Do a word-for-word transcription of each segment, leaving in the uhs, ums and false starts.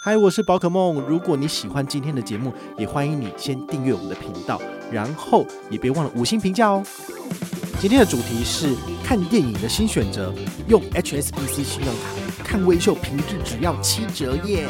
嗨，我是宝可梦。如果你喜欢今天的节目，也欢迎你先订阅我们的频道，然后也别忘了五星评价哦。今天的主题是看电影的新选择，用 H S B C 信用卡看微秀，平日只要七折耶！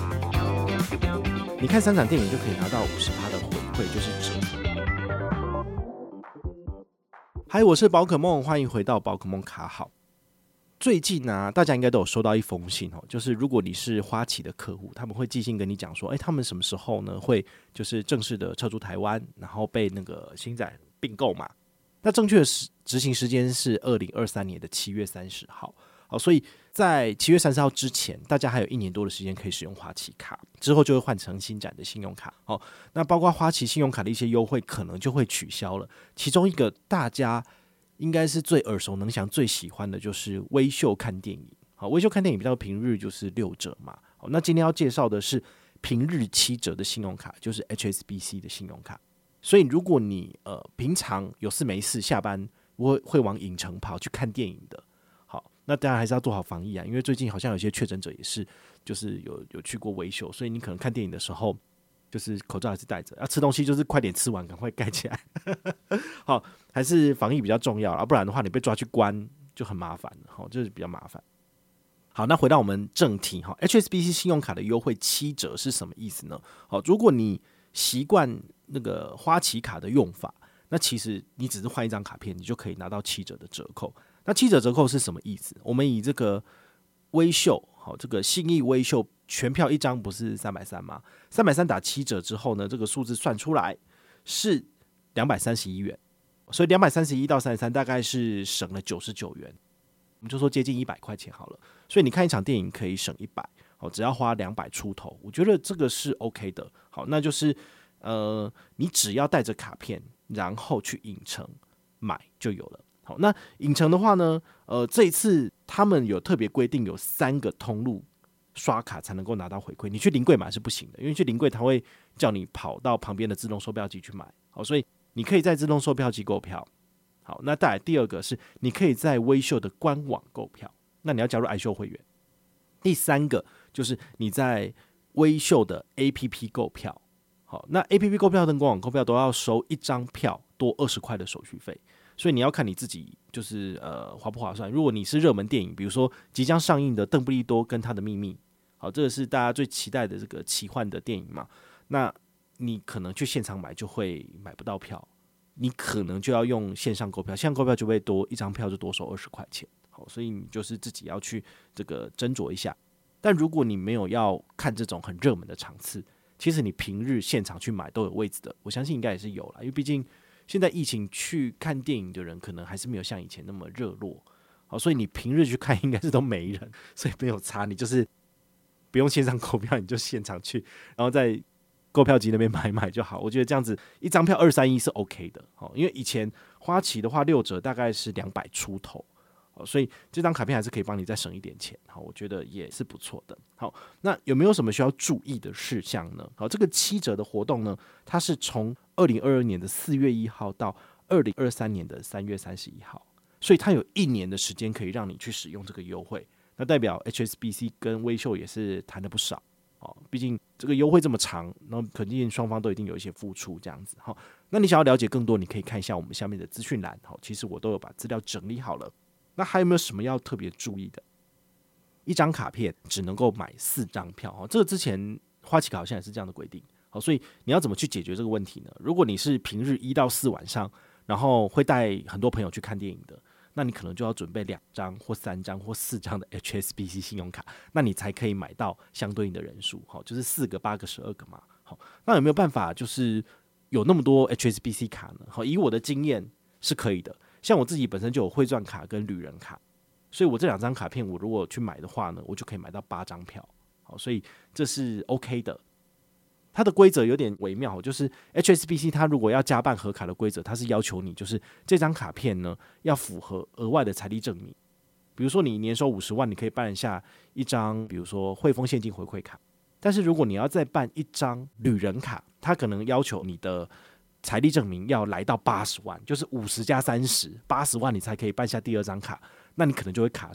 你看三场电影就可以拿到 百分之五十 的回馈，就是折。嗨，我是宝可梦，欢迎回到宝可梦卡好。最近啊，大家应该都有收到一封信哦，就是如果你是花旗的客户，他们会寄信跟你讲说，哎，他们什么时候呢会就是正式的撤出台湾，然后被那个星展并购嘛。那正确的执行时间是二零二三年的七月三十号，好，所以在七月三十号之前，大家还有一年多的时间可以使用花旗卡，之后就会换成星展的信用卡。好，那包括花旗信用卡的一些优惠可能就会取消了，其中一个大家应该是最耳熟能详、最喜欢的就是微秀看电影。好，微秀看电影比较平日就是六折嘛。好，那今天要介绍的是平日七折的信用卡，就是 H S B C 的信用卡。所以如果你呃平常有事没事下班会会往影城跑去看电影的，好，那当然还是要做好防疫啊，因为最近好像有些确诊者也是就是有有去过微秀，所以你可能看电影的时候就是口罩还是戴着，要吃东西就是快点吃完赶快盖起来好，还是防疫比较重要啦，不然的话你被抓去关就很麻烦了，就是比较麻烦。好，那回到我们正题 H S B C 信用卡的优惠七折是什么意思呢？好，如果你习惯那个花旗卡的用法，那其实你只是换一张卡片，你就可以拿到七折的折扣。那七折折扣是什么意思？我们以这个微秀，好，这个信义微秀全票一张不是三百三吗？三百三打七折之后呢，这个数字算出来是两百三十一元，所以两百三十一到三十三大概是省了九十九元，我们就说接近一百块钱好了。所以你看一场电影可以省一百。好，只要花两百出头，我觉得这个是 OK 的。好，那就是呃，你只要带着卡片，然后去影城买就有了。好，那影城的话呢，呃，这一次他们有特别规定，有三个通路刷卡才能够拿到回馈。你去临柜买是不行的，因为去临柜他会叫你跑到旁边的自动售票机去买。好，所以你可以在自动售票机购票。好，那再来第二个是你可以在微秀的官网购票，那你要加入爱秀会员。第三个就是你在微秀的 A P P 购票，好，那 A P P 购票跟官网购票都要收一张票多二十块的手续费，所以你要看你自己就是呃划不划算。如果你是热门电影，比如说即将上映的《邓布利多跟他的秘密》，好，这个是大家最期待的这个奇幻的电影嘛，那你可能去现场买就会买不到票，你可能就要用线上购票，线上购票就会多一张票就多收二十块钱。好，所以你就是自己要去这个斟酌一下。但如果你没有要看这种很热门的场次，其实你平日现场去买都有位置的，我相信应该也是有啦，因为毕竟现在疫情去看电影的人可能还是没有像以前那么热络。好，所以你平日去看应该是都没人，所以没有差，你就是不用线上购票，你就现场去，然后在购票机那边买买就好。我觉得这样子一张票二三一是 OK 的，因为以前花旗的话六折大概是两百出头。所以这张卡片还是可以帮你再省一点钱，好，我觉得也是不错的。好，那有没有什么需要注意的事项呢？好，这个七折的活动呢，它是从二零二二年的四月一号到二零二三年的三月三十一号，所以它有一年的时间可以让你去使用这个优惠。那代表 H S B C 跟微秀也是谈了不少，哦，毕竟这个优惠这么长，那肯定双方都一定有一些付出这样子。好，那你想要了解更多，你可以看一下我们下面的资讯栏，好，其实我都有把资料整理好了。那还有没有什么要特别注意的？一张卡片只能够买四张票，这个之前花旗卡好像也是这样的规定。好，所以你要怎么去解决这个问题呢？如果你是平日一到四晚上，然后会带很多朋友去看电影的，那你可能就要准备两张或三张或四张的 H S B C 信用卡，那你才可以买到相对应的人数，就是四个、八个、十二个嘛。好，那有没有办法就是有那么多 H S B C 卡呢？好，以我的经验是可以的。像我自己本身就有汇钻卡跟旅人卡，所以我这两张卡片我如果去买的话呢，我就可以买到八张票。好，所以这是 OK 的。它的规则有点微妙，就是 H S B C 它如果要加办核卡的规则，它是要求你就是这张卡片呢要符合额外的财力证明。比如说你年收五十万，你可以办下一张比如说汇丰现金回馈卡，但是如果你要再办一张旅人卡，它可能要求你的财力证明要来到八十万，就是五十加三十，八十万你才可以办下第二张卡，那你可能就会卡住。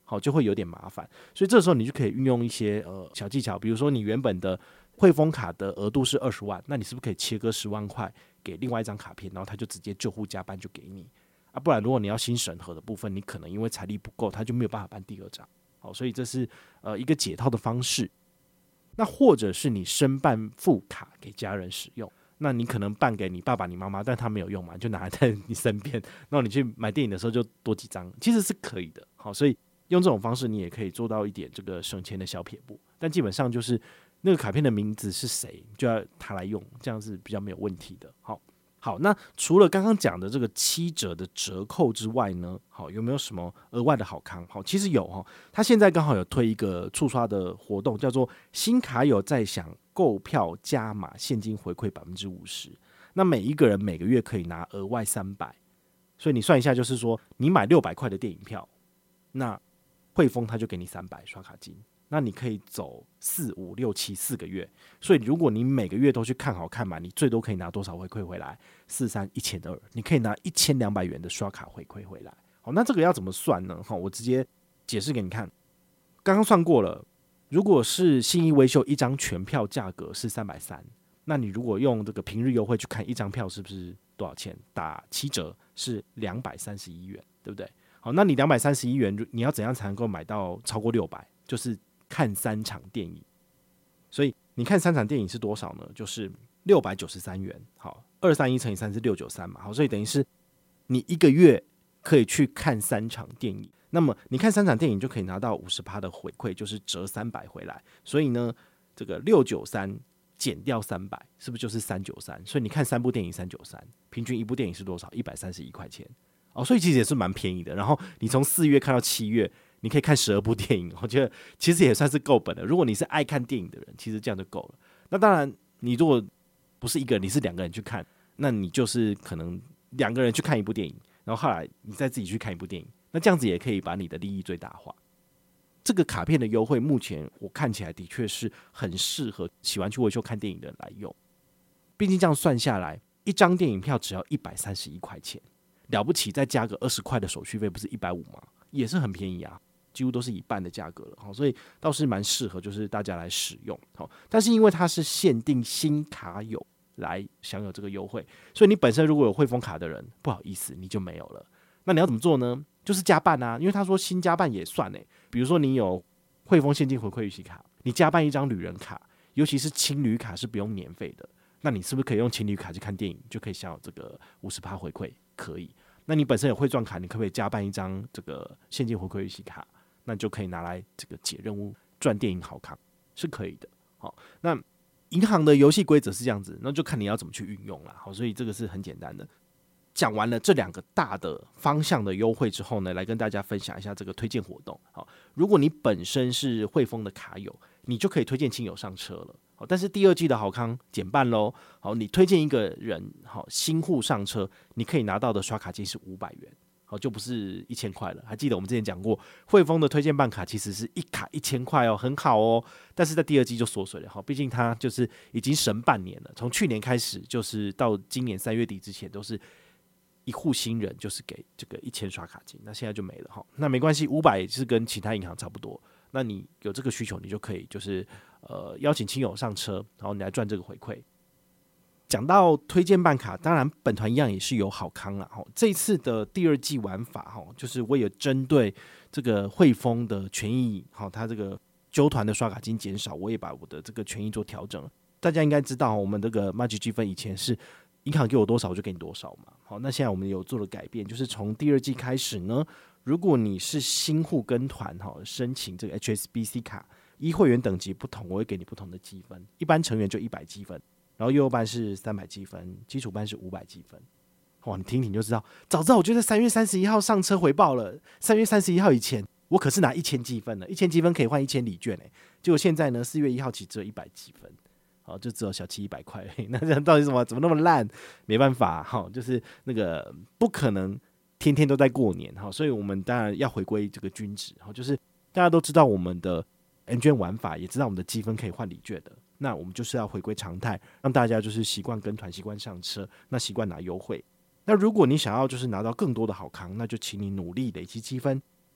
好，就会有点麻烦。所以这时候你就可以运用一些呃小技巧，比如说你原本的汇丰卡的额度是二十万，那你是不是可以切割十万块给另外一张卡片，然后他就直接救护加班就给你啊？不然如果你要新审核的部分，你可能因为财力不够，他就没有办法办第二张。好，所以这是呃一个解套的方式。那或者是你申办副卡给家人使用，那你可能办给你爸爸、你妈妈，但他没有用嘛，就拿在你身边，然后你去买电影的时候就多几张，其实是可以的。好，所以用这种方式你也可以做到一点这个省钱的小撇步，但基本上就是那个卡片的名字是谁，就要他来用，这样是比较没有问题的。好。好，那除了刚刚讲的这个七折的折扣之外呢，好，有没有什么额外的好康？好，其实有哈，他现在刚好有推一个触刷的活动，叫做新卡友在享购票加码现金回馈百分之五十。那每一个人每个月可以拿额外三百，所以你算一下，就是说你买六百块的电影票，那汇丰他就给你三百刷卡金。那你可以走四五六七四个月，所以如果你每个月都去看好看满，你最多可以拿多少回馈回来？四三一千二，你可以拿一千两百元的刷卡回馈回来。好，那这个要怎么算呢？好，我直接解释给你看。刚刚算过了，如果是信义威秀一张全票价格是三百三，那你如果用这个平日优惠去看一张票，是不是多少钱？打七折是两百三十一元，对不对？好，那你两百三十一元，你要怎样才能够买到超过六百？就是看三场电影，所以你看三场电影是多少呢？就是六百九十三元。好，二三一乘以三是六百九十三嘛。好，所以等于是你一个月可以去看三场电影。那么你看三场电影就可以拿到 百分之五十 的回馈，就是折三百回来。所以呢，这个六百九十三减掉三百，是不是就是三百九十三？所以你看三部电影三百九十三，平均一部电影是多少？一百三十一块钱。哦，所以其实也是蛮便宜的。然后你从四月看到七月。你可以看十二部电影，我觉得其实也算是够本了。如果你是爱看电影的人，其实这样就够了。那当然，你如果不是一个人，你是两个人去看，那你就是可能两个人去看一部电影，然后后来你再自己去看一部电影，那这样子也可以把你的利益最大化。这个卡片的优惠，目前我看起来的确是很适合喜欢去威秀看电影的人来用。毕竟这样算下来，一张电影票只要一百三十一块钱，了不起再加个二十块的手续费，不是一百五吗？也是很便宜啊。几乎都是一半的价格了，所以倒是蛮适合就是大家来使用。但是因为它是限定新卡友来享有这个优惠，所以你本身如果有汇丰卡的人，不好意思你就没有了。那你要怎么做呢？就是加办啊，因为他说新加办也算欸。比如说你有汇丰现金回馈预期卡，你加办一张旅人卡，尤其是青旅卡是不用年费的，那你是不是可以用青旅卡去看电影，就可以享有这个 百分之五十 回馈？可以。那你本身有汇赚卡，你可不可以加办一张这个现金回馈预期卡？那就可以拿来这个解任务赚电影好康，是可以的。好，那银行的游戏规则是这样子，那就看你要怎么去运用啦。好，所以这个是很简单的。讲完了这两个大的方向的优惠之后呢，来跟大家分享一下这个推荐活动。好，如果你本身是汇丰的卡友，你就可以推荐亲友上车了。好，但是第二季的好康减半咯。好，你推荐一个人，好，新户上车，你可以拿到的刷卡金是五百元。好，就不是一千块了。还记得我们之前讲过，汇丰的推荐办卡其实是一卡一千块哦，很好哦。但是在第二季就缩水了，毕竟它就是已经审半年了，从去年开始就是到今年三月底之前都是一户新人就是给这个一千刷卡金，那现在就没了哈。那没关系，五百是跟其他银行差不多。那你有这个需求，你就可以就是呃邀请亲友上车，然后你来赚这个回馈。讲到推荐办卡，当然本团一样也是有好康啦。这一次的第二季玩法，就是我也针对这个汇丰的权益，它这个揪团的刷卡金减少，我也把我的这个权益做调整了。大家应该知道，我们这个 Magic 积分以前是银行给我多少我就给你多少嘛。好，那现在我们有做了改变，就是从第二季开始呢，如果你是新户跟团申请这个 H S B C 卡，依会员等级不同，我会给你不同的积分。一般成员就一百积分。然后幼幼班是三百积分，基础班是五百积分。哇，你听听就知道，早知道我就在三月三十一号上车回报了。三月三十一号以前，我可是拿一千积分了，一千积分可以换一千礼券哎。结果现在呢，四月一号起只有一百积分，好，就只有小七一百块。那这样到底什么？怎么那么烂？没办法，哈，就是那个不可能天天都在过年哈，所以我们当然要回归这个均值，就是大家都知道我们的 N 券玩法，也知道我们的积分可以换礼券的。那我们就是要回归常态，让大家就是习惯跟团，习惯上车，那习惯拿优惠。那如果你想要就是拿到更多的好康，那就请你努力累积积分，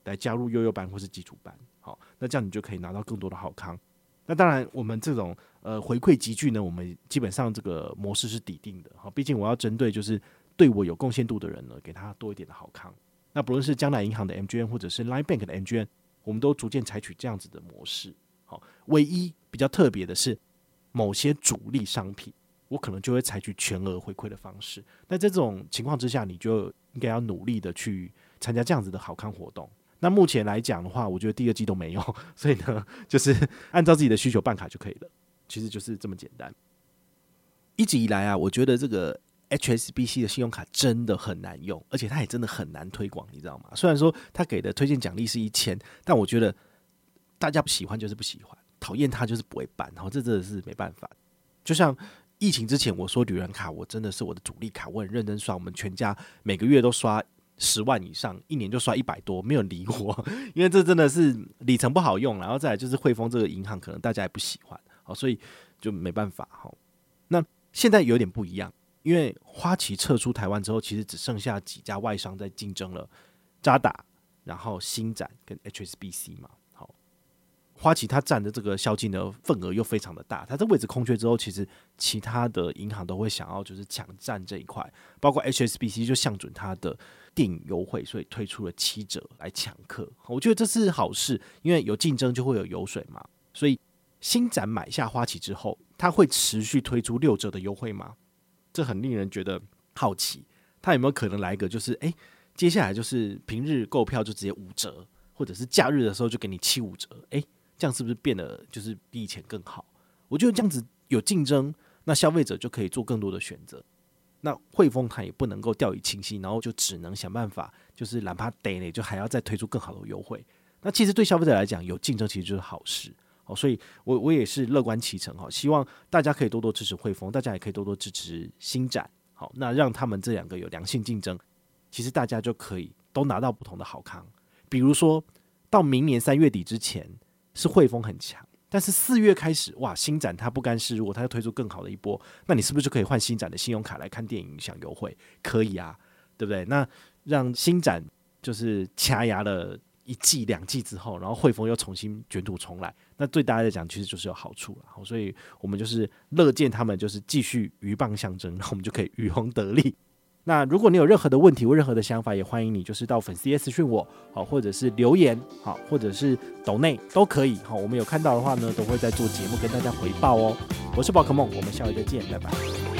来加入悠悠班或是基础班。好，那这样你就可以拿到更多的好康。那当然，我们这种呃回馈集聚呢，我们基本上这个模式是底定的。好，毕竟我要针对就是对我有贡献度的人呢，给他多一点的好康。那不论是将来银行的 M G N 或者是 Line Bank 的 M G N， 我们都逐渐采取这样子的模式。好，唯一比较特别的是，某些主力商品，我可能就会采取全额回馈的方式。那在这种情况之下，你就应该要努力的去参加这样子的好康活动。那目前来讲的话，我觉得第二季都没有，所以呢，就是按照自己的需求办卡就可以了，其实就是这么简单。一直以来啊，我觉得这个 H S B C 的信用卡真的很难用，而且它也真的很难推广，你知道吗？虽然说它给的推荐奖励是一千，但我觉得大家不喜欢就是不喜欢，讨厌它就是不会办，然后这真的是没办法。就像疫情之前我说旅人卡，我真的是我的主力卡，我很认真刷，我们全家每个月都刷十万以上，一年就刷一百多，没有理我，因为这真的是里程不好用，然后再来就是汇丰这个银行可能大家也不喜欢，好，所以就没办法。好，那现在有点不一样，因为花旗撤出台湾之后，其实只剩下几家外商在竞争了，渣打，然后星展跟 H S B C 嘛。好，花旗它占的这个销金的份额又非常的大，它这位置空缺之后，其实其他的银行都会想要就是抢占这一块，包括 H S B C 就向准它的电影优惠，所以推出了七折来抢客。我觉得这是好事，因为有竞争就会有油水嘛。所以星展买下花旗之后，它会持续推出六折的优惠吗？这很令人觉得好奇。它有没有可能来一个就是，哎、欸，接下来就是平日购票就直接五折，或者是假日的时候就给你七五折？哎、欸，这样是不是变得就是比以前更好？我觉得这样子有竞争，那消费者就可以做更多的选择。那汇丰它也不能够掉以轻心，然后就只能想办法，就是哪怕得呢，就还要再推出更好的优惠。那其实对消费者来讲，有竞争其实就是好事。好，所以我我也是乐观其成哈，希望大家可以多多支持汇丰，大家也可以多多支持星展。好，那让他们这两个有良性竞争，其实大家就可以都拿到不同的好康。比如说到明年三月底之前，是汇丰很强。但是四月开始，哇，星展它不甘示弱，它要推出更好的一波，那你是不是就可以换星展的信用卡来看电影享优惠？可以啊，对不对？那让星展就是掐牙了一季两季之后，然后汇丰又重新卷土重来，那对大家来讲其实就是有好处了。所以我们就是乐见他们就是继续鹬蚌相争，然后我们就可以渔翁得利。那如果你有任何的问题或任何的想法，也欢迎你就是到粉丝页私讯我，好，或者是留言，好，或者是抖内都可以，好，我们有看到的话呢，都会在做节目跟大家回报哦。我是宝可梦，我们下回再见，拜拜。